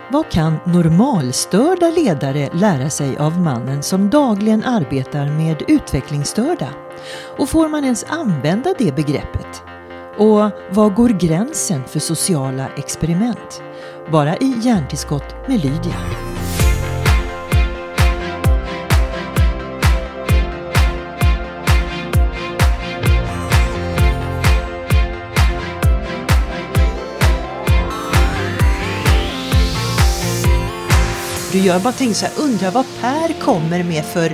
Vad kan normalstörda ledare lära sig av mannen som dagligen arbetar med utvecklingsstörda? Och får man ens använda det begreppet? Och vad går gränsen för sociala experiment? Bara i Hjärntillskott med Lydia. Jag bara tänkte så här, undrar vad Per kommer med för...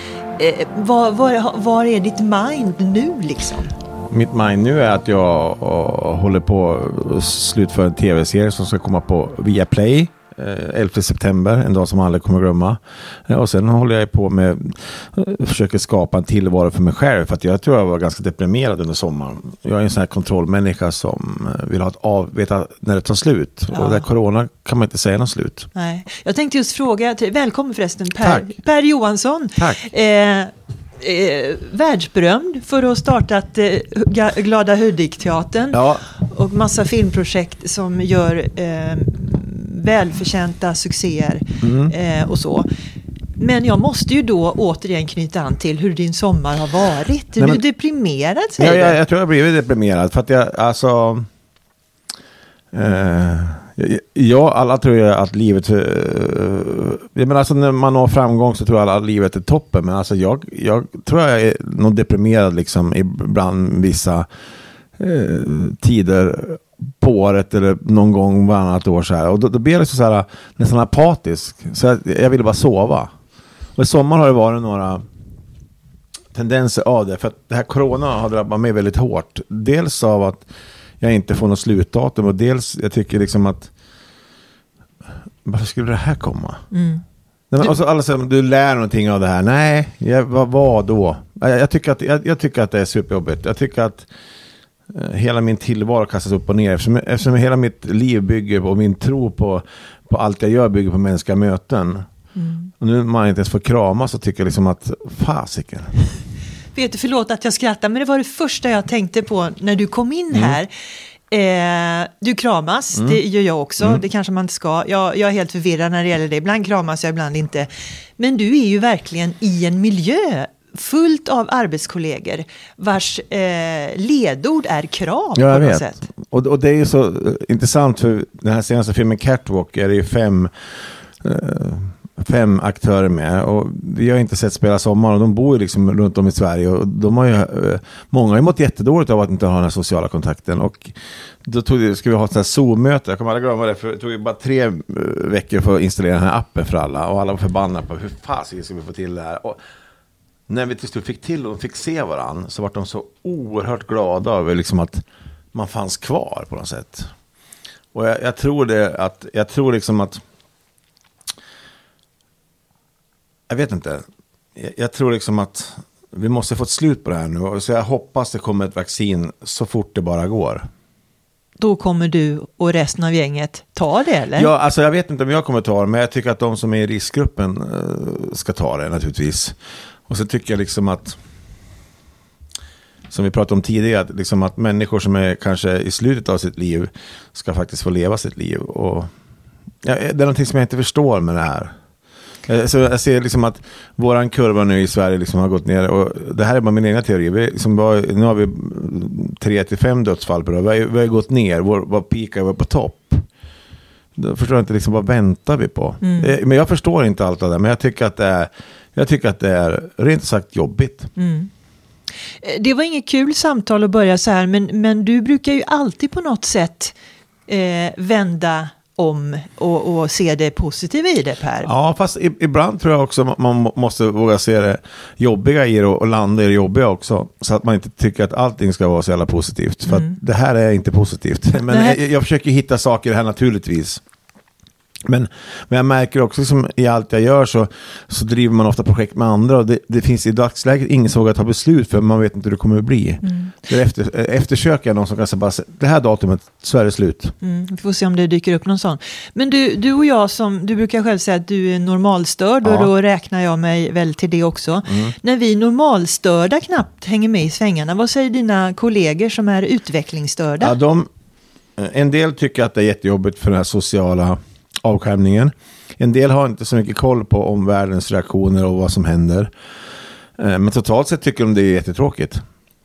Var är ditt mind nu liksom? Mitt mind nu är att jag håller på att slutföra en tv-serie som ska komma på Viaplay 11 september, en dag som alla kommer glömma. Och sen håller jag på med försöker skapa en tillvaro för mig själv, för att jag tror jag var ganska deprimerad under sommaren. Jag är en sån här kontrollmänniska som vill ha veta när det tar slut. Ja. Och där corona kan man inte säga något slut. Nej. Jag tänkte just fråga, välkommen förresten Per Johansson. Tack. Världsberömd för att ha startat Glada Hudik-teatern. Ja. Och massa filmprojekt som gör välförtjänta succéer och så. Men jag måste ju då återigen knyta an till hur din sommar har varit. Du är deprimerad, säger du? Jag tror jag blivit deprimerad för att alla tror jag att livet men alltså när man når framgång så tror jag att livet är toppen, men alltså jag tror jag är nog deprimerad liksom ibland vissa tider på året eller någon gång varannat år så här. Och då blir det så här nästan apatisk. Så jag ville bara sova. Och i sommar har det varit några tendenser av det. För att det här corona har drabbat mig väldigt hårt. Dels av att jag inte får något slutdatum. Och dels jag tycker liksom att varför skulle det här komma? Mm. Och så alla säger, du lär någonting av det här. Nej, vad då? Jag tycker att det är superjobbigt. Jag tycker att hela min tillvaro kastas upp och ner eftersom hela mitt liv bygger på, min tro på allt jag gör bygger på mänskliga möten. Och nu man inte ens får krama så tycker jag liksom att fasiken. Vet du, förlåt att jag skrattar, men det var det första jag tänkte på när du kom in här. Du kramas, det gör jag också. Det kanske man inte ska. Jag är helt förvirrad när det gäller det. Ibland kramas jag, ibland inte. Men du är ju verkligen i en miljö fullt av arbetskollegor vars ledord är kram på något sätt. Och det är ju så intressant, för den här senaste filmen Catwalk är det ju 5 aktörer med, och vi har inte sett Spela sommar, och de bor ju liksom runt om i Sverige, och de har ju, många har ju mått jättedåligt av att inte ha den här sociala kontakten, och då ska vi ha ett sånt här Zoom-möte. Jag kommer aldrig glömma det, för det tog ju bara 3 veckor för att installera den här appen för alla, och alla var förbannade på hur fasiken ska vi få till det här. Och när vi till slut fick till och fick se varann, så var de så oerhört glada över liksom att man fanns kvar på något sätt. Och jag tror liksom att jag vet inte. Jag tror liksom att vi måste få ett slut på det här nu. Så jag hoppas det kommer ett vaccin så fort det bara går. Då kommer du och resten av gänget ta det, eller? Ja, alltså jag vet inte om jag kommer ta det, men jag tycker att de som är i riskgruppen ska ta det naturligtvis. Och så tycker jag liksom att, som vi pratade om tidigare, liksom att människor som är kanske i slutet av sitt liv ska faktiskt få leva sitt liv. Och det är någonting som jag inte förstår med det här. Så jag ser liksom att våran kurva nu i Sverige liksom har gått ner, och det här är bara min egna teori. Nu har vi 3-5 dödsfall per dag. Vi har gått ner, vår peak var på topp. Då förstår jag inte liksom, vad väntar vi på? Men jag förstår inte allt av det, men jag tycker att det är rent sagt jobbigt. Det var inget kul samtal att börja så här, men du brukar ju alltid på något sätt vända om och se det positiva i det, Per. Ja, fast ibland tror jag också man måste våga se det jobbiga i det och landa i det jobbiga också, så att man inte tycker att allting ska vara så jävla positivt, för att det här är inte positivt. Men jag försöker hitta saker här naturligtvis. Men jag märker också liksom, i allt jag gör så driver man ofta projekt med andra, och det finns i dagsläget ingen som vågar ta beslut, för man vet inte hur det kommer att bli. Så eftersöker jag någon som kan säga bara, det här datumet, så är det slut. Vi får se om det dyker upp någon sån. Men du och jag, som du brukar själv säga att du är normalstörd, och då räknar jag mig väl till det också. När vi normalstörda knappt hänger med i svängarna, vad säger dina kollegor som är utvecklingsstörda? Ja, en del tycker att det är jättejobbigt för den här sociala avskärmningen. En del har inte så mycket koll på omvärldens reaktioner och vad som händer. Men totalt sett tycker de det är jättetråkigt.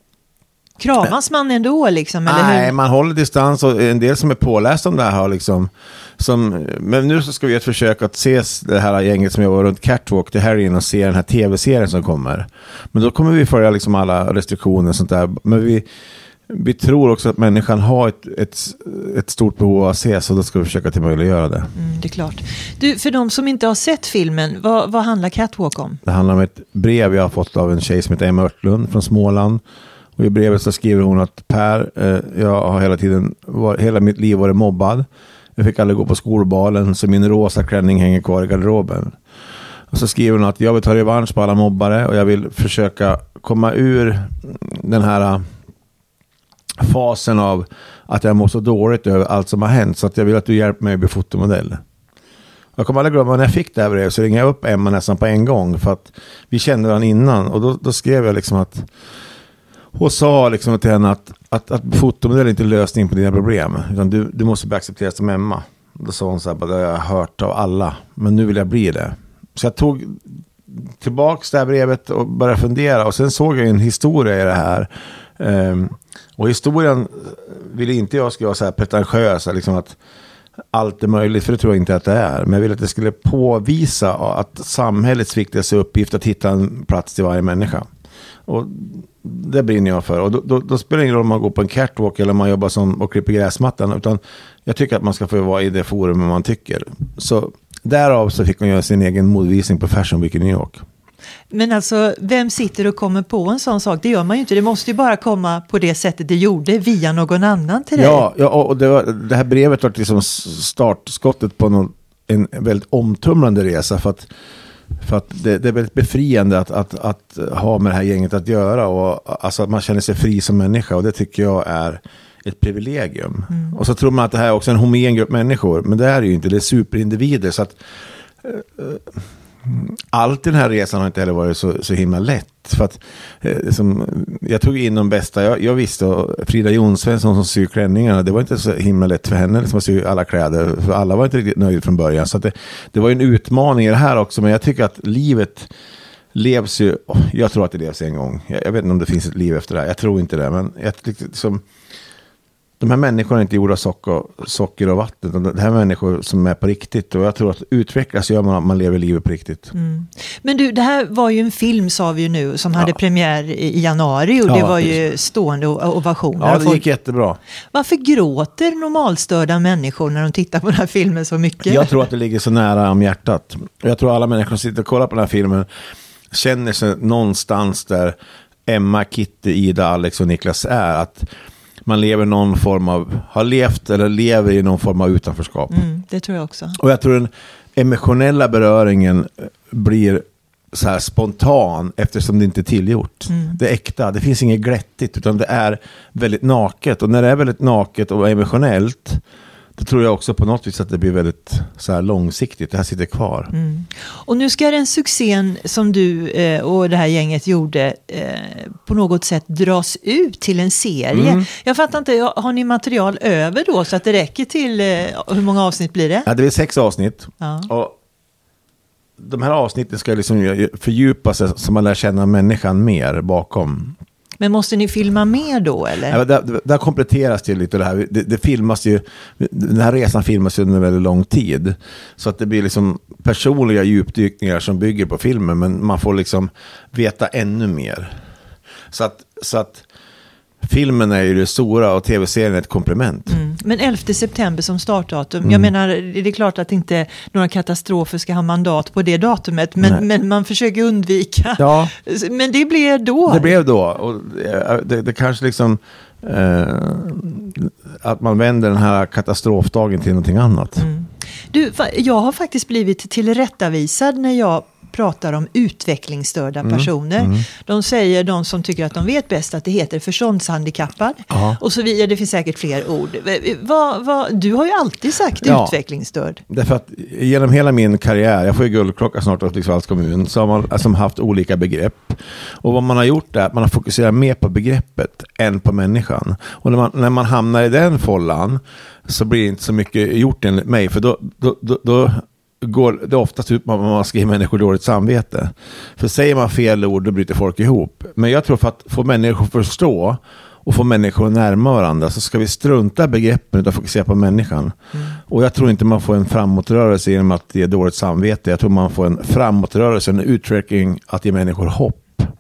Kramas man ändå liksom? Eller Nej, hur? man håller distans och en del som är påläst om det här har liksom... men nu så ska vi göra ett försök att se det här gänget som jag var runt Catwalk till Harry och se den här tv-serien som kommer. Men då kommer vi följa liksom alla restriktioner och sånt där. Men vi tror också att människan har ett stort behov av att se, så då ska vi försöka till möjligt göra det. Det är klart. Du, för de som inte har sett filmen, vad handlar Catwalk om? Det handlar om ett brev jag har fått av en tjej som heter Emma Örtlund från Småland. Och i brevet så skriver hon att Per, jag har hela mitt liv varit mobbad. Jag fick aldrig gå på skolbalen, så min rosa klänning hänger kvar i garderoben. Och så skriver hon att jag vill ta revansch på alla mobbare och jag vill försöka komma ur den här fasen av att jag mår så dåligt över allt som har hänt, så att jag vill att du hjälper mig att bli fotomodell. Jag kommer aldrig glömma när jag fick det här brevet, så ringde jag upp Emma nästan på en gång, för att vi kände den innan, och då skrev jag liksom att hon sa liksom till henne att fotomodell är inte lösning på dina problem, utan du måste bli accepterad som Emma. Då sa hon så här, det har jag hört av alla, men nu vill jag bli det. Så jag tog tillbaks det här brevet och började fundera, och sen såg jag en historia i det här. Och historien ville inte jag ska vara så här pretentiös, liksom att allt är möjligt, för det tror jag inte att det är. Men jag ville att det skulle påvisa att samhällets viktigaste uppgift är att hitta en plats till varje människa. Och det brinner jag för. Och då spelar det ingen roll om man går på en catwalk eller om man jobbar som och klipper gräsmattan, utan jag tycker att man ska få vara i det forum man tycker. Så därav så fick hon göra sin egen modvisning på Fashion Week i New York. Men alltså, vem sitter och kommer på en sån sak? Det gör man ju inte. Det måste ju bara komma på det sättet det gjorde, via någon annan till dig. Ja, och det här brevet var liksom startskottet på en väldigt omtumlande resa, för att det är väldigt befriande att ha med det här gänget att göra, och alltså att man känner sig fri som människa, och det tycker jag är ett privilegium. Och så tror man att det här är också en homogen grupp människor, men det är det ju inte, det är superindivider, så att allt i den här resan har inte heller varit så himla lätt, för att jag tog in de bästa jag visste. Frida Jonsvensson som syr klänningarna, det var inte så himla lätt för henne liksom att sy alla kläder, för alla var inte riktigt nöjda från början, så att det var en utmaning i det här också. Men jag tycker att livet levs ju, jag tror att det levs en gång, jag vet inte om det finns ett liv efter det här, jag tror inte det, men de här människorna är inte gjorda socker och vatten. Det här är människor som är på riktigt. Och jag tror att utvecklas gör man att man lever livet på riktigt. Men du, det här var ju en film, sa vi ju nu, som hade premiär i januari. Och det var ju stående ovationer. Ja, det gick jättebra. Varför gråter normalstörda människor när de tittar på den här filmen så mycket? Jag tror att det ligger så nära om hjärtat. Jag tror alla människor som sitter och kollar på den här filmen känner sig någonstans där Emma, Kitty, Ida, Alex och Niklas är. Att man lever någon form av, har levt eller lever i någon form av utanförskap. Det tror jag också. Och jag tror den emotionella beröringen blir så här spontan, eftersom det inte är tillgjort. Det är äkta, det finns inget glättigt, utan det är väldigt naket. Och när det är väldigt naket och emotionellt, då tror jag också på något vis att det blir väldigt så här långsiktigt. Det här sitter kvar. Och nu ska den succén som du och det här gänget gjorde på något sätt dras ut till en serie. Jag fattar inte, har ni material över då så att det räcker till, hur många avsnitt blir det? Ja, det är 6 avsnitt. Ja. Och de här avsnitten ska liksom fördjupa sig så man lär känna människan mer bakom. Men måste ni filma mer då, eller? Ja, där kompletteras det lite det här. Det filmas ju, den här resan filmas ju under väldigt lång tid. Så att det blir liksom personliga djupdykningar som bygger på filmen, men man får liksom veta ännu mer. Så att filmen är ju det stora och tv-serien är ett komplement. Men 11 september som startdatum. Jag menar, det är klart att inte några katastrofer ska ha mandat på det datumet. Men man försöker undvika. Ja. Men det blev då. Det blev då. Och det kanske liksom att man vänder den här katastrofdagen till någonting annat. Du, jag har faktiskt blivit tillrättavisad när jag pratar om utvecklingsstörda personer. De säger, de som tycker att de vet bäst, att det heter förståndshandikappad. Och så vidare, det finns säkert fler ord. Du har ju alltid sagt utvecklingsstörd. Därför att genom hela min karriär, jag får ju guldklocka snart åt Hudiksvalls kommun, så har man alltså haft olika begrepp. Och vad man har gjort är att man har fokuserat mer på begreppet än på människan. Och när man hamnar i den follan så blir det inte så mycket gjort enligt mig. För då går det oftast ut på att man ska ge människor dåligt samvete. För säger man fel ord, då bryter folk ihop. Men jag tror för att få människor att förstå och få människor närmare varandra, så ska vi strunta begreppen utan fokusera på människan. Och jag tror inte man får en framåtrörelse genom att ge dåligt samvete. Jag tror man får en framåtrörelse, en utveckling att ge människor hopp.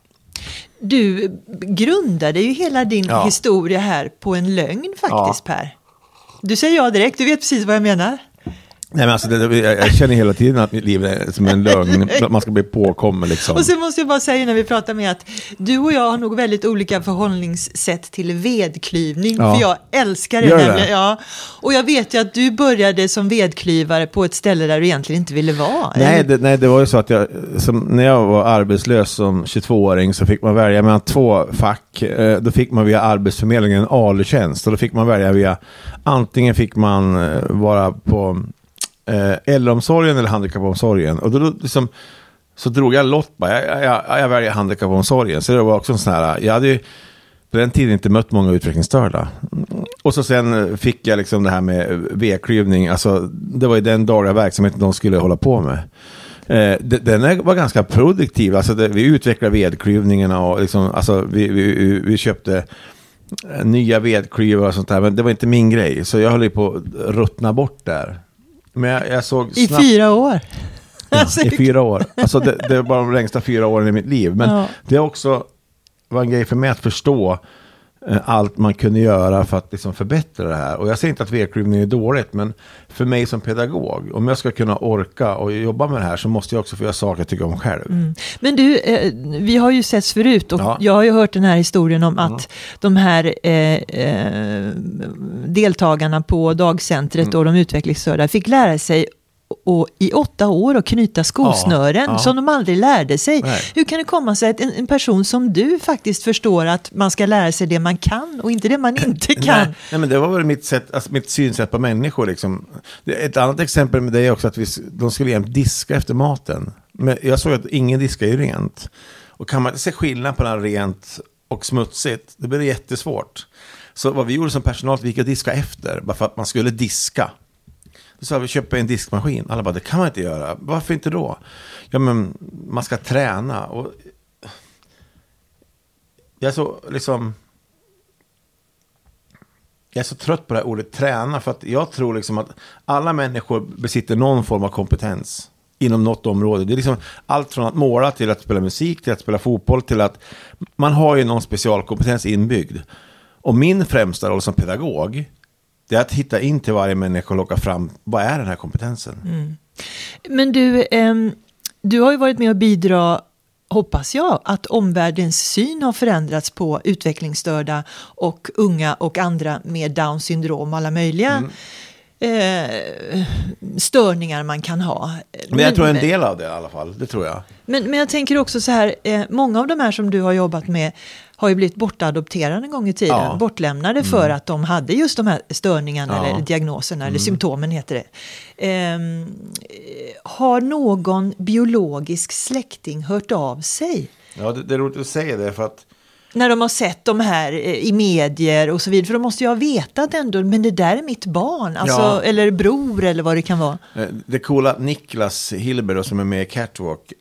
Du grundade ju hela din historia här på en lögn faktiskt, Per. Du säger ja direkt, du vet precis vad jag menar. Nej, men alltså jag känner hela tiden att mitt liv är som en lögn. Man ska bli påkommen liksom. Och så måste jag bara säga när vi pratar med att du och jag har nog väldigt olika förhållningssätt till vedklyvning. För jag älskar det nämligen. Ja. Och jag vet ju att du började som vedklyvare på ett ställe där du egentligen inte ville vara. Nej, det var ju så att när jag var arbetslös som 22-åring så fick man välja mellan 2 fack. Då fick man via Arbetsförmedlingen en ALU-tjänst. Och då fick man välja via, antingen fick man vara på äldreomsorgen eller handikappomsorgen. Och då liksom, så drog jag lott bara. Jag väljer handikappomsorgen. Så det var också en sån här, jag hade ju på den tiden inte mött många utvecklingsstörda. Och så sen fick jag liksom det här med vedklyvning. Alltså det var ju den dagliga verksamheten de skulle hålla på med. Den var ganska produktiv. Alltså vi utvecklade vedklyvningarna och liksom, alltså vi köpte nya vedklyvar och sånt där. Men det var inte min grej. Så jag höll ju på att ruttna bort där. Men jag såg snabbt, i 4 år. Ja, i 4 år. Alltså det var de längsta 4 åren i mitt liv. Men det också var en grej för mig att förstå allt man kunde göra för att liksom förbättra det här. Och jag säger inte att vedklyvning är dåligt, men för mig som pedagog, om jag ska kunna orka och jobba med det här, så måste jag också få göra saker jag tycker om själv. Men du, vi har ju setts förut och jag har ju hört den här historien om att de här deltagarna på dagcentret och de utvecklingsstörda fick lära sig och i 8 år och knyta skosnören som de aldrig lärde sig. Nej. Hur kan det komma sig att en person som du faktiskt förstår att man ska lära sig det man kan och inte det man inte kan? Nej, men det var väl mitt synsätt på människor. Liksom. Ett annat exempel med det är också att de skulle jämt diska efter maten. Men jag såg att ingen diskar ju rent. Och kan man inte se skillnad på det här rent och smutsigt, det blir det jättesvårt. Så vad vi gjorde som personal, vi gick och diska efter, bara för att man skulle diska. Så sa vi, köpa en diskmaskin. Alla bara, det kan man inte göra. Varför inte då? Ja, men man ska träna. Och jag är så liksom, jag är så trött på det här ordet träna. För att jag tror liksom att alla människor besitter någon form av kompetens inom något område. Det är liksom allt från att måla till att spela musik, till att spela fotboll, till att man har ju någon specialkompetens inbyggd. Och min främsta roll som pedagog, det är att hitta in till varje människa och locka fram, vad är den här kompetensen? Men du har ju varit med och bidra, hoppas jag, att omvärldens syn har förändrats på utvecklingsstörda och unga och andra med Down syndrom, alla möjliga störningar man kan ha. Men jag tror en del av det i alla fall, det tror jag. Men jag tänker också så här, många av de här som du har jobbat med har ju blivit bortadopterade en gång i tiden, bortlämnade för att de hade just de här störningarna eller diagnoserna eller symptomen heter det. Har någon biologisk släkting hört av sig? Ja, det är roligt att säga det för att när de har sett de här i medier och så vidare. För de måste ju ha vetat ändå, men det där är mitt barn. Alltså, eller bror eller vad det kan vara. Det coola Niklas Hillberg då, som är med i Catwalk.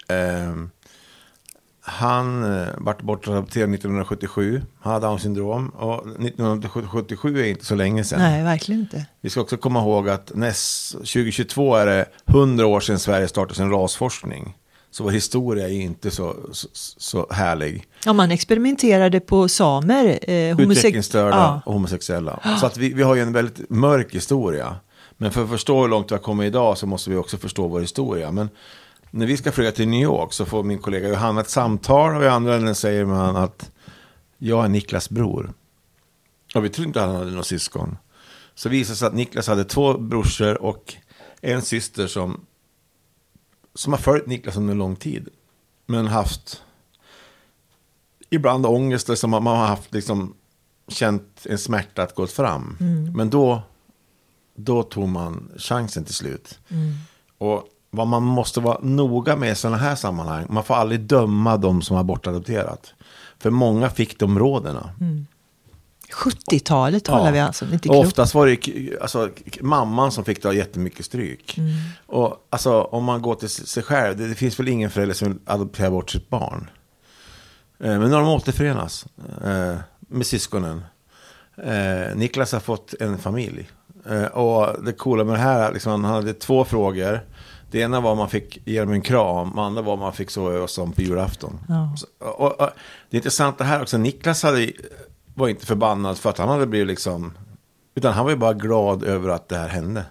Han var bortadopterad 1977. Han hade Down syndrom. Och 1977 är inte så länge sedan. Nej, verkligen inte. Vi ska också komma ihåg att 2022 är det 100 år sedan Sverige startade sin rasforskning. Så vår historia är inte så härlig. Ja, man experimenterade på samer. Utvecklingsstörda och homosexuella. Så att vi har ju en väldigt mörk historia. Men för att förstå hur långt vi har kommit idag så måste vi också förstå vår historia. Men när vi ska flyga till New York så får min kollega Johanna ett samtal. Och i andra änden säger man att jag är Niklas bror. Och vi tror inte att han hade några syskon. Så visade sig att Niklas hade 2 brorsor och en syster som som har följt Niklas under lång tid. Men haft ibland ångest som man har haft liksom känt en smärta att gå fram. Men då tog man chansen till slut. Och vad man måste vara noga med i sådana här sammanhang, man får aldrig döma de som har bortadopterat. För många fick de rådena. 70-talet talar vi alltså, inte klokt. Oftast var det alltså, mamman som fick ta jättemycket stryk. Och alltså, om man går till sig själv, det finns väl ingen förälder som adopterar bort sitt barn. Men när de återförenas med syskonen. Niklas har fått en familj. Och det coola med det här, liksom, han hade 2 frågor. Det ena var om man fick ge dem en kram. Det andra var om man fick sova som på julafton. Ja. Och det är intressant det här också. Niklas var inte förbannad för att han hade blivit liksom... Utan han var ju bara glad över att det här hände.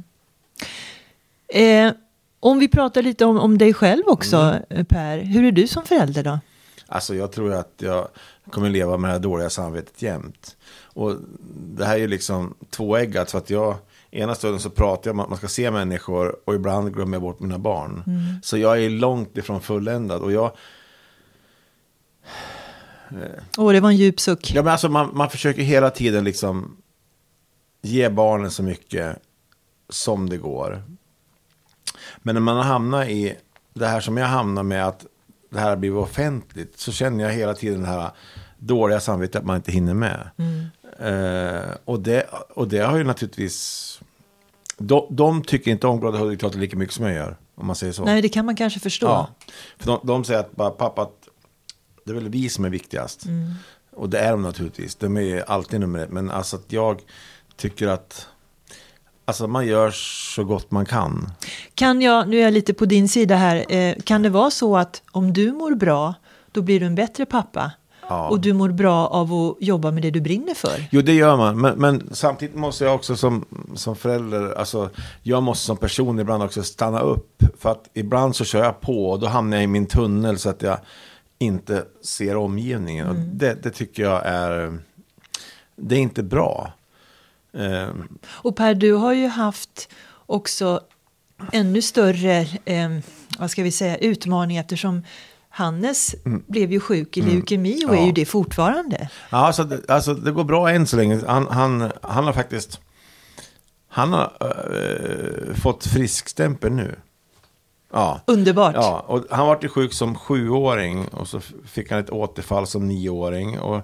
Om vi pratar lite om dig själv också, Per. Hur är du som förälder då? Alltså jag tror att jag kommer leva med det här dåliga samvetet jämt. Och det här är ju liksom tvåeggat. För att ena stunden så pratar jag om att man ska se människor och ibland glömmer jag bort mina barn. Så jag är långt ifrån fulländad. Och det var en djup suck. Ja, men alltså man försöker hela tiden liksom ge barnen så mycket som det går. Men när man hamnar i det här som jag hamnar med, att det här blir offentligt, så känner jag hela tiden det här dåliga samvetet att man inte hinner med. Och det har ju naturligtvis... De tycker inte om Glada Hudik-teater lika mycket som jag gör, om man säger så. Nej, det kan man kanske förstå. Ja, för de säger att bara, pappa, det är väl vi som är viktigast. Och det är de naturligtvis. De är alltid nummer 1. Men alltså att jag tycker att alltså man gör så gott man kan. Nu är jag lite på din sida här. Kan det vara så att om du mår bra, då blir du en bättre pappa? Ja. Och du mår bra av att jobba med det du brinner för? Jo, det gör man. Men samtidigt måste jag också som förälder, alltså jag måste som person ibland också stanna upp. För att ibland så kör jag på och då hamnar jag i min tunnel så att jag inte ser omgivningen. Och det tycker jag det är inte bra. Och Per, du har ju haft också ännu större vad ska vi säga, utmaning, eftersom Hannes blev ju sjuk i leukemi och är ju det fortfarande. Ja, alltså det går bra än så länge. Han har faktiskt fått friskstämpel nu. Ja. Underbart. Ja, och han var ju sjuk som 7-åring och så fick han ett återfall som 9-åring och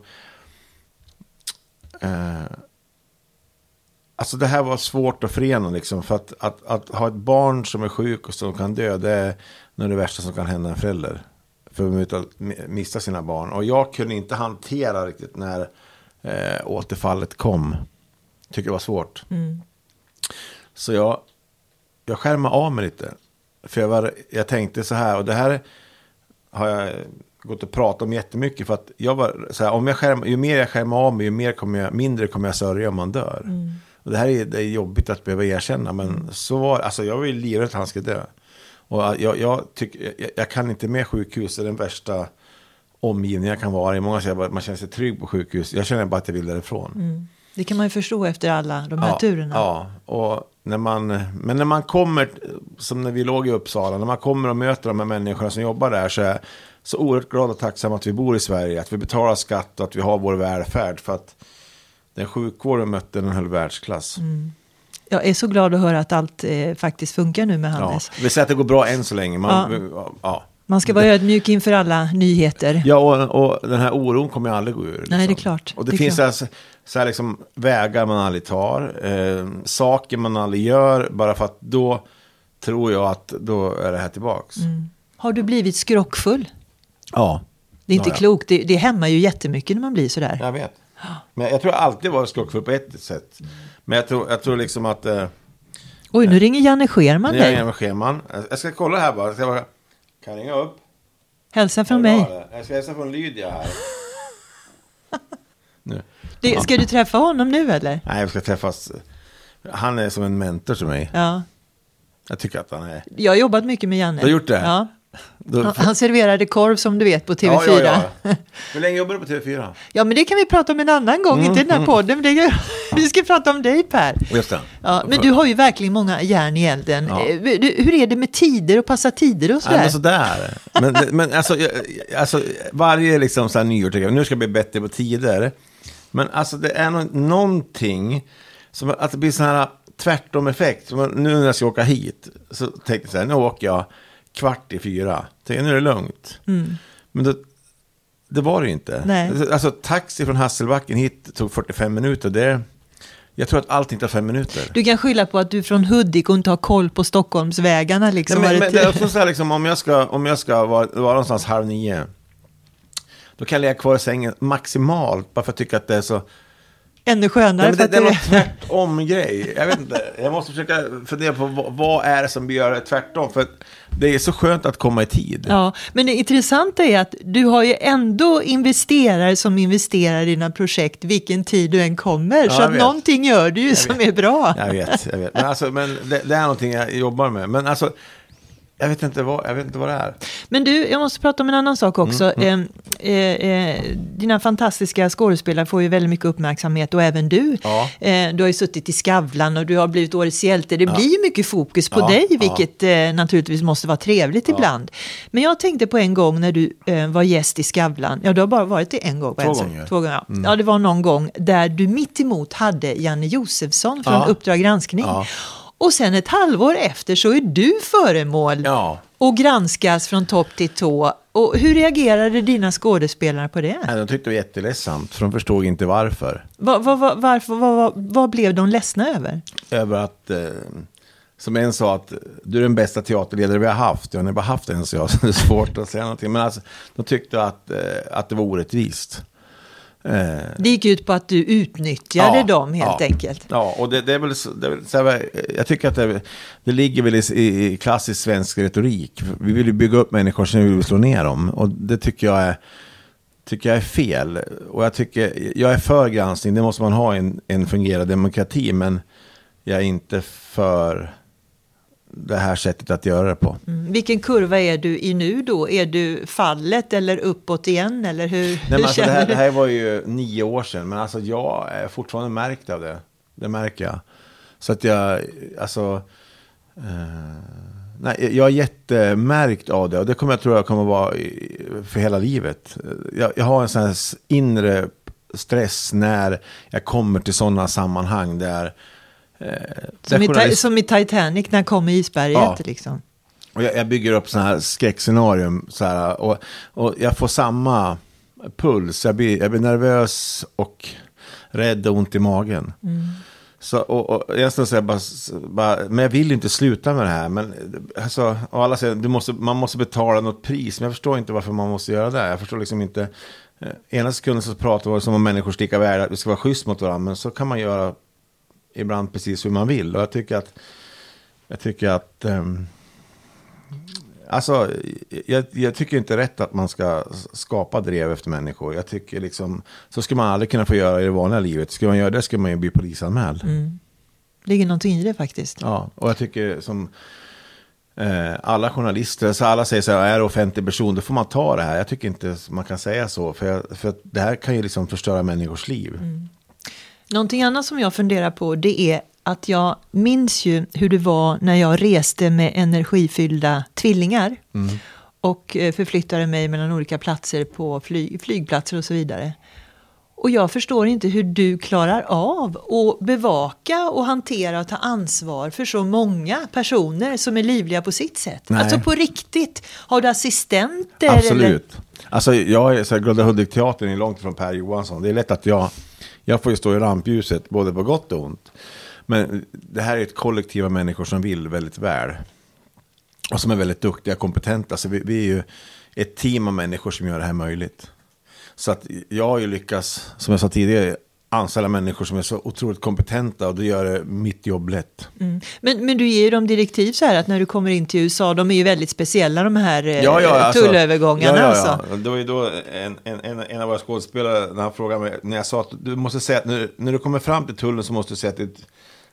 alltså det här var svårt att förena liksom, för att ha ett barn som är sjuk och som kan dö, det är nog det värsta som kan hända en förälder, för att mista sina barn. Och jag kunde inte hantera riktigt när återfallet kom. Tycker det var svårt. Så jag skärmade av mig lite. För jag tänkte så här, och det här har jag gått och pratat om jättemycket, för att jag var så här, ju mer jag skärmar av mig, ju mindre kommer jag sörja om man dör. Och det här är jobbigt att behöva erkänna, men så var alltså jag var ju livrädd att han skulle dö. Och jag kan inte med sjukhus, det är den värsta omgivningen jag kan vara i. Många säger att man känner sig trygg på sjukhus. Jag känner bara att jag vill därifrån. Det kan man ju förstå efter alla de här turerna. Ja, och när man kommer, som när vi låg i Uppsala, när man kommer och möter de här människorna som jobbar där, så är jag så oerhört glad och tacksam att vi bor i Sverige, att vi betalar skatt och att vi har vår välfärd, för att den sjukvården mötte en höll världsklass. Jag är så glad att höra att allt faktiskt funkar nu med Hannes. Ja, vi säger att det går bra än så länge. Man ska vara ödmjuk inför alla nyheter. Ja, och den här oron kommer jag aldrig gå ur. Liksom. Nej, det är klart. Och det finns så här liksom vägar man aldrig tar. Saker man aldrig gör. Bara för att då tror jag att då är det här tillbaks. Har du blivit skrockfull? Ja. Det är inte klokt. Det hämmar ju jättemycket när man blir sådär. Jag vet. Men jag tror alltid var skrockfull på ett sätt. Men jag tror liksom att... Oj, nu ringer Janne Scherman. Nu ringer Janne Scherman. Jag ska kolla här bara. Kan jag ringa upp? Hälsa från mig. Jag ska hälsa från Lydia här. Nu. Ska du träffa honom nu eller? Nej, jag ska träffas. Han är som en mentor till mig. Ja. Jag tycker att han är... Jag har jobbat mycket med Janne. Du har gjort det? Ja. Han serverade korv som du vet på TV4. Ja. Hur länge jobbar du på TV4? Ja, men det kan vi prata om en annan gång, inte i den här podden. Vi ska prata om dig, Per. Just det. Ja, men du har ju verkligen många järn i elden. Ja. Hur är det med tider och passa tider och sådär? Ja, sådär. Men alltså, varje liksom så här nyår, nu ska jag bli bättre på tider. Men alltså det är någonting som att det blir sån här tvärtom effekt. Som nu när jag ska åka hit så tänkte jag så här, nu åker jag 3:15. Tänkte, nu är det lugnt. Men det var det ju inte. Nej. Alltså taxi från Hasselbacken hit tog 45 minuter. Jag tror att allt tar 5 minuter. Du kan skylla på att du från Hudik och inte har koll på Stockholmsvägarna. Liksom. Nej, men det är också så här, liksom, om jag ska vara någonstans 8:30, då kan jag ligga kvar i sängen maximalt bara för att tycka att det är så... Ännu skönare. Nej, det är något tvärtom grej. Jag vet inte. Jag måste försöka fundera på vad är det som gör det tvärtom. För det är så skönt att komma i tid. Ja, men det intressanta är att du har ju ändå investerare som investerar i dina projekt vilken tid du än kommer. Ja, så att någonting gör du ju som är bra. Jag vet. Men det är någonting jag jobbar med. Men alltså... Jag vet inte vad det är. Men du, jag måste prata om en annan sak också. Dina fantastiska skådespelare får ju väldigt mycket uppmärksamhet och även du. Ja. Du har ju suttit i Skavlan och du har blivit årets hjälte. Det blir ju mycket fokus på dig, vilket naturligtvis måste vara trevligt ibland. Men jag tänkte på en gång när du var gäst i Skavlan. Ja, du har bara varit det en gång. Två gånger. Ja. Ja, det var någon gång där du mitt emot hade Janne Josefsson från Uppdrag granskning. Ja. Och sen ett halvår efter så är du föremål och granskas från topp till tå. Och hur reagerade dina skådespelare på det? De tyckte det var jätteledsamt, för de förstod inte varför. Vad blev de ledsna över? Över att, som en sa, att du är den bästa teaterledare vi har haft. Jag har bara haft en, så det är svårt att säga någonting. Men alltså, de tyckte att det var orättvist. Det gick ut på att du utnyttjade dem helt enkelt. Ja, och det är väl så här, jag tycker att det ligger väl i klassisk svensk retorik. Vi vill ju bygga upp människor, sen vill vi slå ner dem. Och det tycker jag är fel. Och jag är för granskning. Det måste man ha en fungerande demokrati. Men jag är inte för det här sättet att göra det på. Vilken kurva är du i nu då? Är du fallet eller uppåt igen? Eller hur känner du? Det här var ju 9 år sedan. Men alltså jag är fortfarande märkt av det. Det märker jag. Så att jag är jättemärkt av det. Och det tror jag kommer vara för hela livet. Jag har en sån här inre stress när jag kommer till sådana sammanhang där som i Titanic när kom isberget liksom. Och jag bygger upp sådana här skräckscenarium så här, och jag får samma puls. Jag blir nervös och rädd och ont i magen. Så, och jag står så här, men jag vill inte sluta med det här. Men alltså, och alla säger man måste betala något pris. Men jag förstår inte varför man måste göra det. Jag förstår liksom inte. Ena sekunden så pratar vi som om människor stickar värde, att vi ska vara schysst mot varandra. Men så kan man göra ibland precis hur man vill. Och jag tycker att alltså, jag tycker inte rätt att man ska skapa drev efter människor. Jag tycker liksom, så ska man aldrig kunna få göra i det vanliga livet. Ska man göra det ska man ju bli polisanmäld. Det ligger någonting i det faktiskt. Ja, och jag tycker som alla journalister, så alla säger så här, är det offentlig person, då får man ta det här. Jag tycker inte man kan säga så, för det här kan ju liksom förstöra människors liv. Någonting annat som jag funderar på, det är att jag minns ju hur det var när jag reste med energifyllda tvillingar och förflyttade mig mellan olika platser på flygplatser och så vidare. Och jag förstår inte hur du klarar av att bevaka och hantera och ta ansvar för så många personer som är livliga på sitt sätt. Nej. Alltså på riktigt, har du assistenter? Absolut. Eller? Alltså jag är så här, Glada Hudik-teatern är långt från Per Johansson. Det är lätt att jag får ju stå i rampljuset både på gott och ont. Men det här är ett kollektiv av människor som vill väldigt väl. Och som är väldigt duktiga, kompetenta. Så vi är ju ett team av människor som gör det här möjligt. Så att jag har ju lyckats, som jag sa tidigare, anställa människor som är så otroligt kompetenta, och det gör mitt jobb lätt. Men du ger dem direktiv så här att när du kommer in till USA, de är ju väldigt speciella, de här tullövergångarna. Alltså. Det var ju då en av våra skådespelare, när han frågade mig, när jag sa att du måste säga att när du kommer fram till tullen så måste du säga att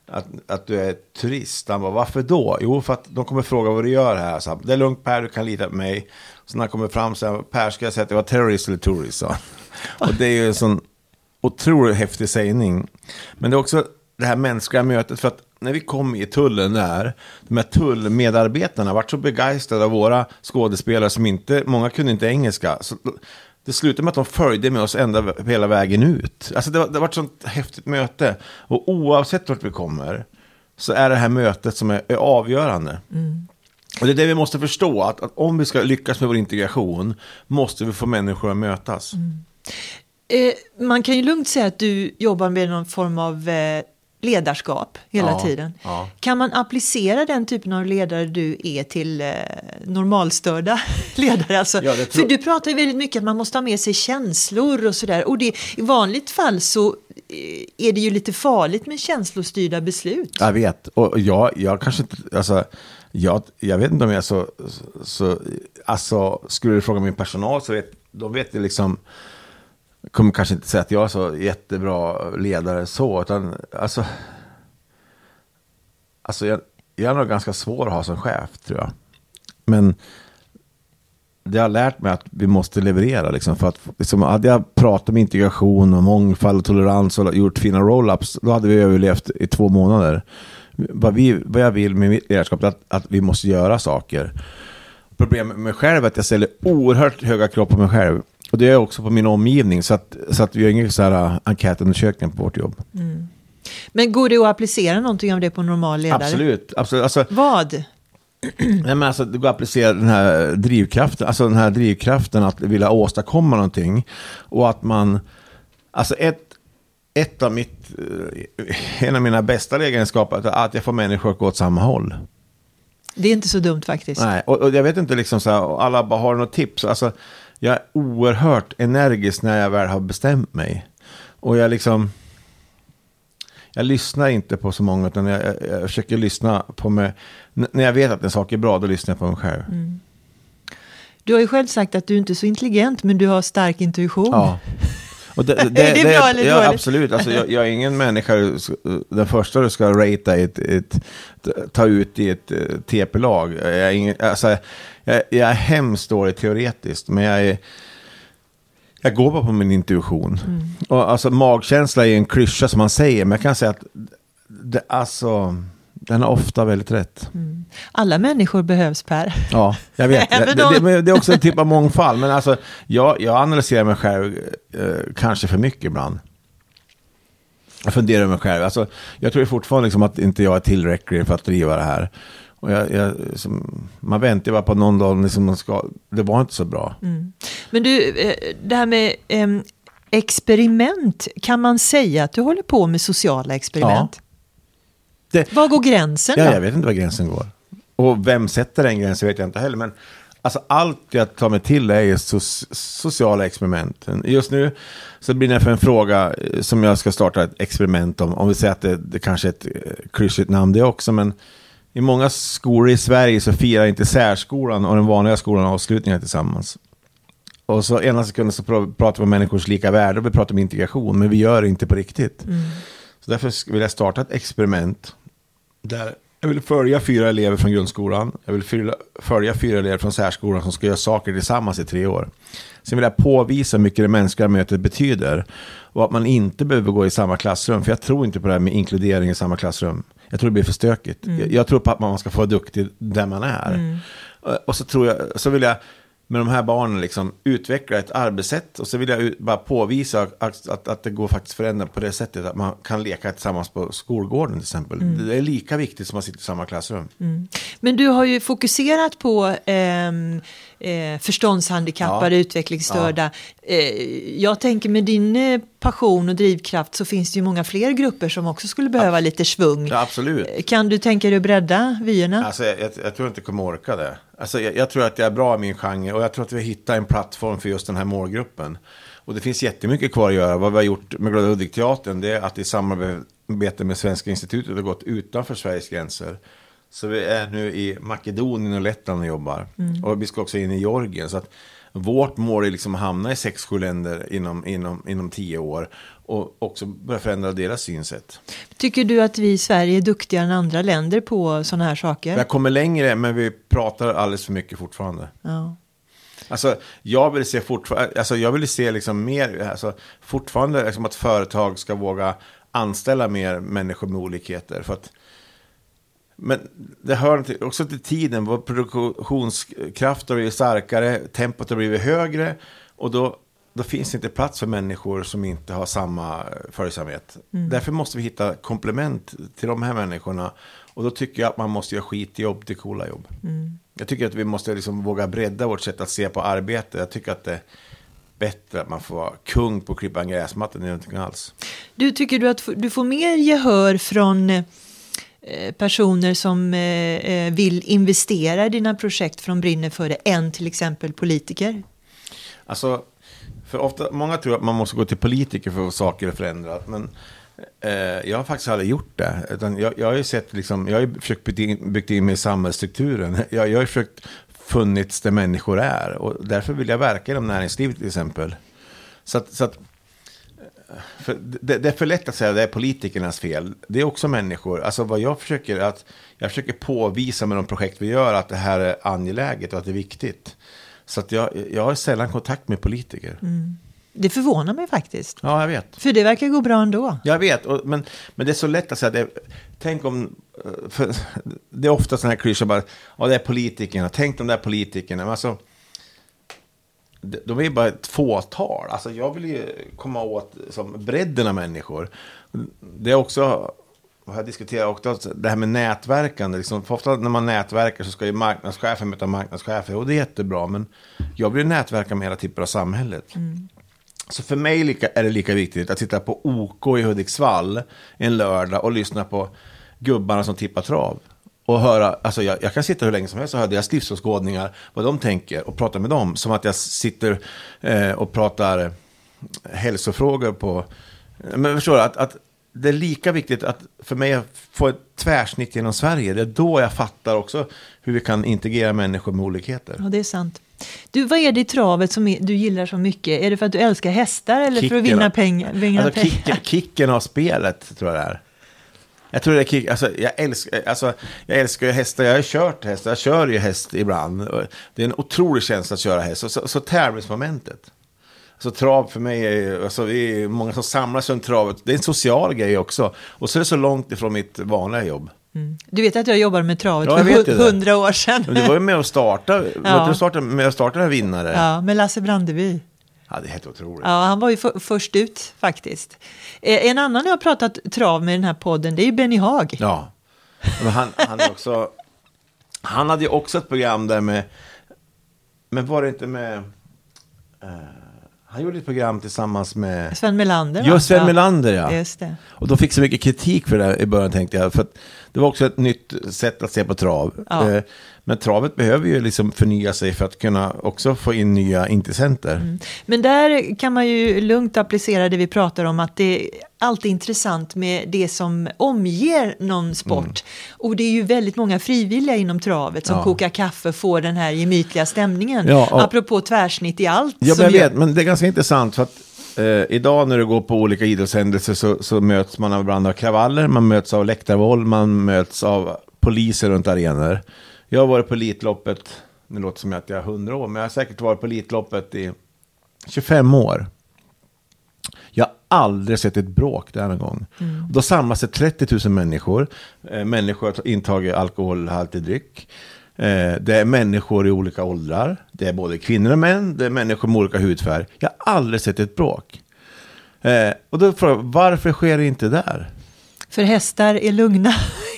att du är turist. Han bara, varför då? Jo, för att de kommer fråga vad du gör här. Så, det är lugnt Per, du kan lita på mig. Så när han kommer fram så här, Per, ska jag säga att det var terrorist eller turist? Så. Och det är ju en sån otroligt häftig sägning. Men det är också det här mänskliga mötet, för att när vi kom i tullen där, de här tullmedarbetarna var så begeistrade av våra skådespelare som inte, många kunde inte engelska. Så det slutade med att de följde med oss ända hela vägen ut. Alltså det var ett sånt häftigt möte. Och oavsett vart vi kommer så är det här mötet som är avgörande. Mm. Och det är det vi måste förstå, att om vi ska lyckas med vår integration måste vi få människor att mötas. Mm. Man kan ju lugnt säga att du jobbar med någon form av ledarskap hela tiden. Ja. Kan man applicera den typen av ledare du är till normalstörda ledare? Alltså, för du pratar ju väldigt mycket att man måste ha med sig känslor och sådär. Och i vanligt fall så är det ju lite farligt med känslostyrda beslut. Jag vet. Och jag kanske inte... Alltså, jag vet inte om jag så alltså, skulle du fråga min personal så vet jag liksom... kommer kanske inte säga att jag är så jättebra ledare så, utan alltså jag är nog ganska svår att ha som chef, tror jag. Men det har lärt mig att vi måste leverera liksom, för att liksom, hade jag pratat om integration och mångfald och tolerans och gjort fina roll-ups, då hade vi överlevt i 2 månader. Vad jag vill med mitt ledarskap är att vi måste göra saker. Problemet med mig själv är att jag ställer oerhört höga krav på mig själv. Och det är också på min omgivning, så att vi har ingen så här enkätundersökning på vårt jobb. Mm. Men går det att applicera någonting av det på en normal ledare? Absolut. Alltså, vad? Nej, men alltså, det går att applicera den här drivkraften att vilja åstadkomma någonting. Och att man, alltså en av mina bästa egenskaper är att jag får människor att gå åt samma håll. Det är inte så dumt faktiskt. Nej, och jag vet inte liksom så här, alla bara har något tips. Alltså, jag är oerhört energisk när jag väl har bestämt mig. Och jag lyssnar inte på så många, utan jag försöker lyssna på mig. När jag vet att en sak är bra, då lyssnar jag på mig själv. Mm. Du har ju själv sagt att du inte är så intelligent, men du har stark intuition. Ja. Och det är bra eller dåligt? Ja, absolut. Alltså, jag är ingen människa, den första du ska ratea ta ut i ett TP-lag. Jag är hemskt dålig teoretiskt, men jag går bara på min intuition. Mm. Och alltså magkänsla är en klyscha som man säger, men jag kan säga att den är ofta väldigt rätt. Mm. Alla människor behövs, Per. Ja, jag vet. Det är också en typ av mångfald, men alltså jag analyserar mig själv kanske för mycket ibland. Jag funderar mig själv. Alltså, jag tror fortfarande liksom att inte jag är tillräcklig för att driva det här. Och man väntar bara på någon dag liksom det var inte så bra. Mm. Men du, det här med experiment, kan man säga att du håller på med sociala experiment? Ja. Var går gränsen då? Ja, jag vet inte var gränsen går. Och vem sätter den gränsen vet jag inte heller. Men alltså, allt jag tar mig till är sociala experiment. Just nu så blir det för en fråga som jag ska starta ett experiment om. Om vi säger att det kanske är ett klyschigt namn det också, men i många skolor i Sverige så firar inte särskolan och den vanliga skolan avslutningar tillsammans. Och så ena sekunden så pratar vi om människors lika värde och vi pratar om integration, men vi gör det inte på riktigt. Mm. Så därför vill jag starta ett experiment där jag vill följa 4 elever från grundskolan. Jag vill följa 4 elever från särskolan som ska göra saker tillsammans i 3 år. Sen vill jag påvisa hur mycket det mänskliga mötet betyder. Och att man inte behöver gå i samma klassrum. För jag tror inte på det här med inkludering i samma klassrum. Jag tror det blir för stökigt. Jag tror på att man ska få vara duktig där man är. Mm. Och så vill jag med de här barnen liksom utveckla ett arbetssätt. Och så vill jag bara påvisa att det går faktiskt förändra på det sättet att man kan leka tillsammans på skolgården till exempel. Mm. Det är lika viktigt som att sitta i samma klassrum. Mm. Men du har ju fokuserat på förståndshandikappade, utvecklingsstörda. Ja. Jag tänker med din passion och drivkraft så finns det ju många fler grupper som också skulle behöva lite svung. Ja, absolut. Kan du tänka dig att bredda vyerna? Alltså, jag tror inte jag kommer orka det. Alltså, jag tror att jag är bra i min genre och jag tror att vi hittar en plattform för just den här målgruppen. Och det finns jättemycket kvar att göra. Vad vi har gjort med Glada Hudik-teatern, det är att i samarbete med Svenska institutet har gått utanför Sveriges gränser. Så vi är nu i Makedonien och Lettland och jobbar. Mm. Och vi ska också in i Georgien. Så vårt mål är liksom att hamna i 6-7 länder inom 10 år och också börja förändra deras synsätt. Tycker du att vi i Sverige är duktigare än andra länder på sådana här saker? Jag kommer längre, men vi pratar alldeles för mycket fortfarande. Ja. Alltså, jag vill se liksom mer, alltså, fortfarande liksom att företag ska våga anställa mer människor med olikheter. För att, men det hör också till tiden, vår produktionskraft har blivit starkare, tempot har blivit högre, och då finns inte plats för människor som inte har samma följsamhet. Därför måste vi hitta komplement till de här människorna, och då tycker jag att man måste göra skitjobb till coola jobb. Jag tycker att vi måste liksom våga bredda vårt sätt att se på arbete. Jag tycker att det är bättre att man får vara kung på att klippa en gräsmatta än någonting alls. Tycker du att du får mer gehör från personer som vill investera i dina projekt från brinner för det än till exempel politiker? Alltså, för ofta, många tror att man måste gå till politiker för att få saker att förändra, men jag har faktiskt aldrig gjort det. Utan jag har ju sett liksom, jag har försökt bygga in mig i samhällsstrukturen. Jag har försökt funnits där människor är, och därför vill jag verka inom näringslivet till exempel. Så att för det är för lätt att säga att det är politikernas fel. Det är också människor. Alltså vad jag försöker påvisa med de projekt vi gör att det här är angeläget och att det är viktigt. Så att jag har sällan kontakt med politiker. Det förvånar mig faktiskt. Ja, jag vet. För det verkar gå bra ändå. Jag vet, men det är så lätt att säga. Tänk om, det är ofta sådana här klyschor bara, det är politikerna. Tänk om det är politikerna. Men alltså, de är ju bara ett fåtal. Alltså jag vill ju komma åt som bredden av människor. Det är också, jag diskuterar också det här med nätverkande. Liksom, för ofta när man nätverkar så ska ju marknadschefer möta marknadschefer, och det är jättebra. Men jag vill nätverka med hela typer av samhället. Så för mig är det lika viktigt att sitta på OK i Hudiksvall en lördag och lyssna på gubbarna som tippar trav. Och höra, alltså jag kan sitta hur länge som helst och höra deras livsåskådningar, vad de tänker, och prata med dem. Som att jag sitter och pratar hälsofrågor på. Men förstår du, att det är lika viktigt att för mig att få ett tvärsnitt genom Sverige. Det är då jag fattar också hur vi kan integrera människor med olikheter. Ja, det är sant. Du, vad är det i travet som du gillar så mycket? Är det för att du älskar hästar eller kicken, för att vinna pengar? Kicken av spelet, tror jag det är. Jag tror det är kick. Jag älskar ju hästar. Jag har kört hästar. Jag kör ju häst ibland. Det är en otrolig känsla att köra häst. Så tävlingsmomentet. Så trav för mig är, alltså, vi är många som samlas runt travet. Det är en social grej också. Och så är det så långt ifrån mitt vanliga jobb. Du vet att jag jobbar med travet för 100 år sedan. Men du var ju med och startade. Ja. Du startade den här vinnare. Ja, med Lasse Brandeby. Ja, det är helt otroligt. Ja, han var ju först ut faktiskt. En annan jag har pratat trav med i den här podden, det är ju Benny Haag. Ja, men han är också... Han hade ju också ett program där med... Men var det inte med... han gjorde ett program tillsammans med... Sven Melander. Ja, Sven Melander, ja. Just det. Och då fick så mycket kritik för det i början, tänkte jag. För att det var också ett nytt sätt att se på trav. Ja. Men travet behöver ju liksom förnya sig för att kunna också få in nya intressenter. Men där kan man ju lugnt applicera det vi pratar om, att det är alltid intressant med det som omger någon sport. Och det är ju väldigt många frivilliga inom travet som kokar kaffe, får den här gemytliga stämningen. Ja, apropå tvärsnitt i allt. Ja, men jag vet, men det är ganska intressant för att idag när du går på olika idrottshändelser så möts man ibland av kravaller, man möts av läktarvåld, man möts av poliser runt arenor. Jag har varit på Elitloppet, det låter som att jag är 100 år, men jag har säkert varit på Elitloppet i 25 år. Jag har aldrig sett ett bråk där en gång. Då samlas det 30 000 människor. Människor har intagit alkoholhaltig dryck. Det är människor i olika åldrar. Det är både kvinnor och män. Det är människor med olika hudfärg. Jag har aldrig sett ett bråk. Och då frågar jag, varför sker det inte där? För hästar är lugna.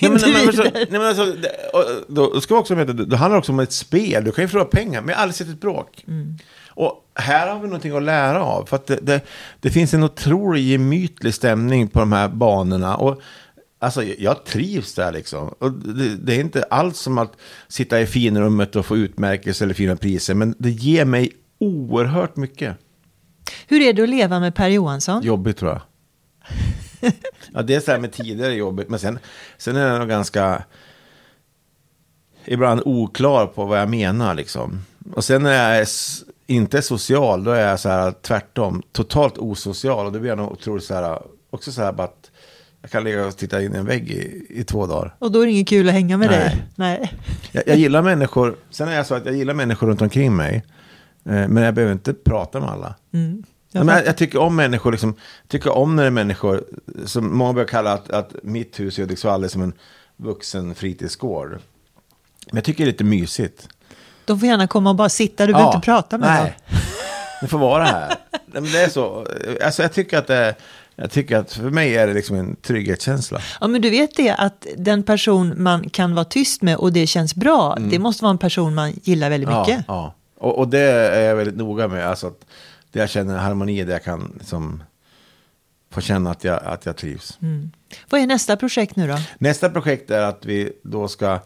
Då ska vi också veta, det handlar också om ett spel. Du kan ju förlora pengar, men jag har aldrig sett ett bråk. Och här har vi någonting att lära av. För att det finns en otrolig gemytlig stämning på de här banorna. Och alltså, jag trivs där liksom. Och det är inte alls som att sitta i finrummet och få utmärkelse eller fina priser. Men det ger mig oerhört mycket. Hur är det att leva med Per Johansson? Jobbigt, tror jag. Ja, det är så här med tidigare jobbigt. Men sen är det nog ganska ibland oklar på vad jag menar liksom. Och sen är inte är social, då är jag så här tvärtom, totalt osocial. Och då blir jag nog otroligt så här, också så här bara att jag kan ligga och titta in i en vägg i 2 dagar. Och då är det inget kul att hänga med dig. Nej. Jag gillar människor, sen är jag så att jag gillar människor runt omkring mig. Men jag behöver inte prata med alla. Jag tycker om människor, liksom, tycker om när det är människor som många börjar kalla att mitt hus i Hudiksvall är som en vuxen fritidsgård. Men jag tycker det är lite mysigt. De får gärna komma och bara sitta, du behöver inte prata med dem. Det får vara här. Det är så. Alltså jag tycker att för mig är det liksom en trygghetskänsla. Ja, men du vet det att den person man kan vara tyst med och det känns bra, det måste vara en person man gillar väldigt mycket. Ja. Och det är jag väldigt noga med. Alltså att det jag känner harmoni, det jag kan liksom få känna att jag trivs. Vad är nästa projekt nu då? Nästa projekt är att vi då ska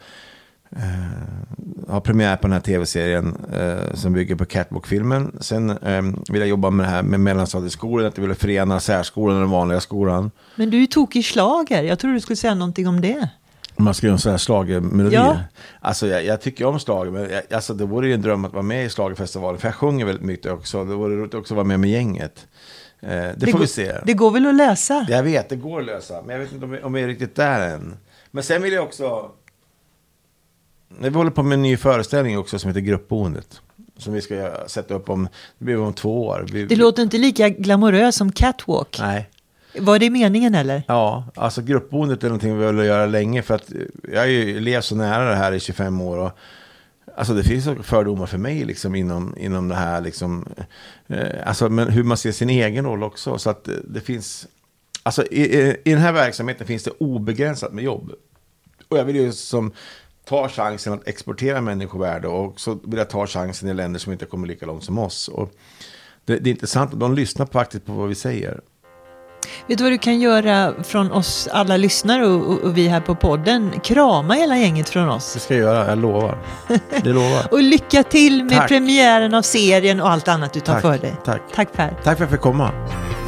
ha premiär på den här tv-serien som bygger på Catwalk-filmen. Sen vill jag jobba med det här med mellanstadieskolan, att jag vill förena särskolan och den vanliga skolan. Men du är tokig schlager. Jag tror du skulle säga någonting om det. Man ska göra en sån här schlagermelodier. Ja. Alltså jag tycker om schlager, men alltså det vore ju en dröm att vara med i schlagerfestivalen, för jag sjunger väldigt mycket också. Det vore roligt också att vara med gänget. Det får vi se. Det går väl att lösa? Jag vet, det går att lösa. Men jag vet inte om vi är riktigt där än. Men sen vill jag också... Vi håller på med en ny föreställning också som heter Gruppboendet. Som vi ska sätta upp om 2 år. Det låter inte lika glamoröst som Catwalk. Nej. Var det meningen eller? Ja, alltså gruppboendet är någonting vi vill göra länge. För att jag har ju levt så nära det här i 25 år. Och, alltså det finns fördomar för mig liksom inom det här. Liksom, alltså, men hur man ser sin egen roll också. Så att det finns... Alltså i den här verksamheten finns det obegränsat med jobb. Och jag vill ju som... ta chansen att exportera människovärde, och så vill jag ta chansen i länder som inte kommer lika långt som oss. Och det är intressant att de lyssnar faktiskt på vad vi säger. Vet du vad du kan göra från oss alla lyssnare och vi här på podden? Krama hela gänget från oss. Det ska jag göra, jag lovar. Det lovar. Och lycka till med premiären av serien och allt annat du tar för dig. Tack. Tack Per. Tack för att jag fick komma.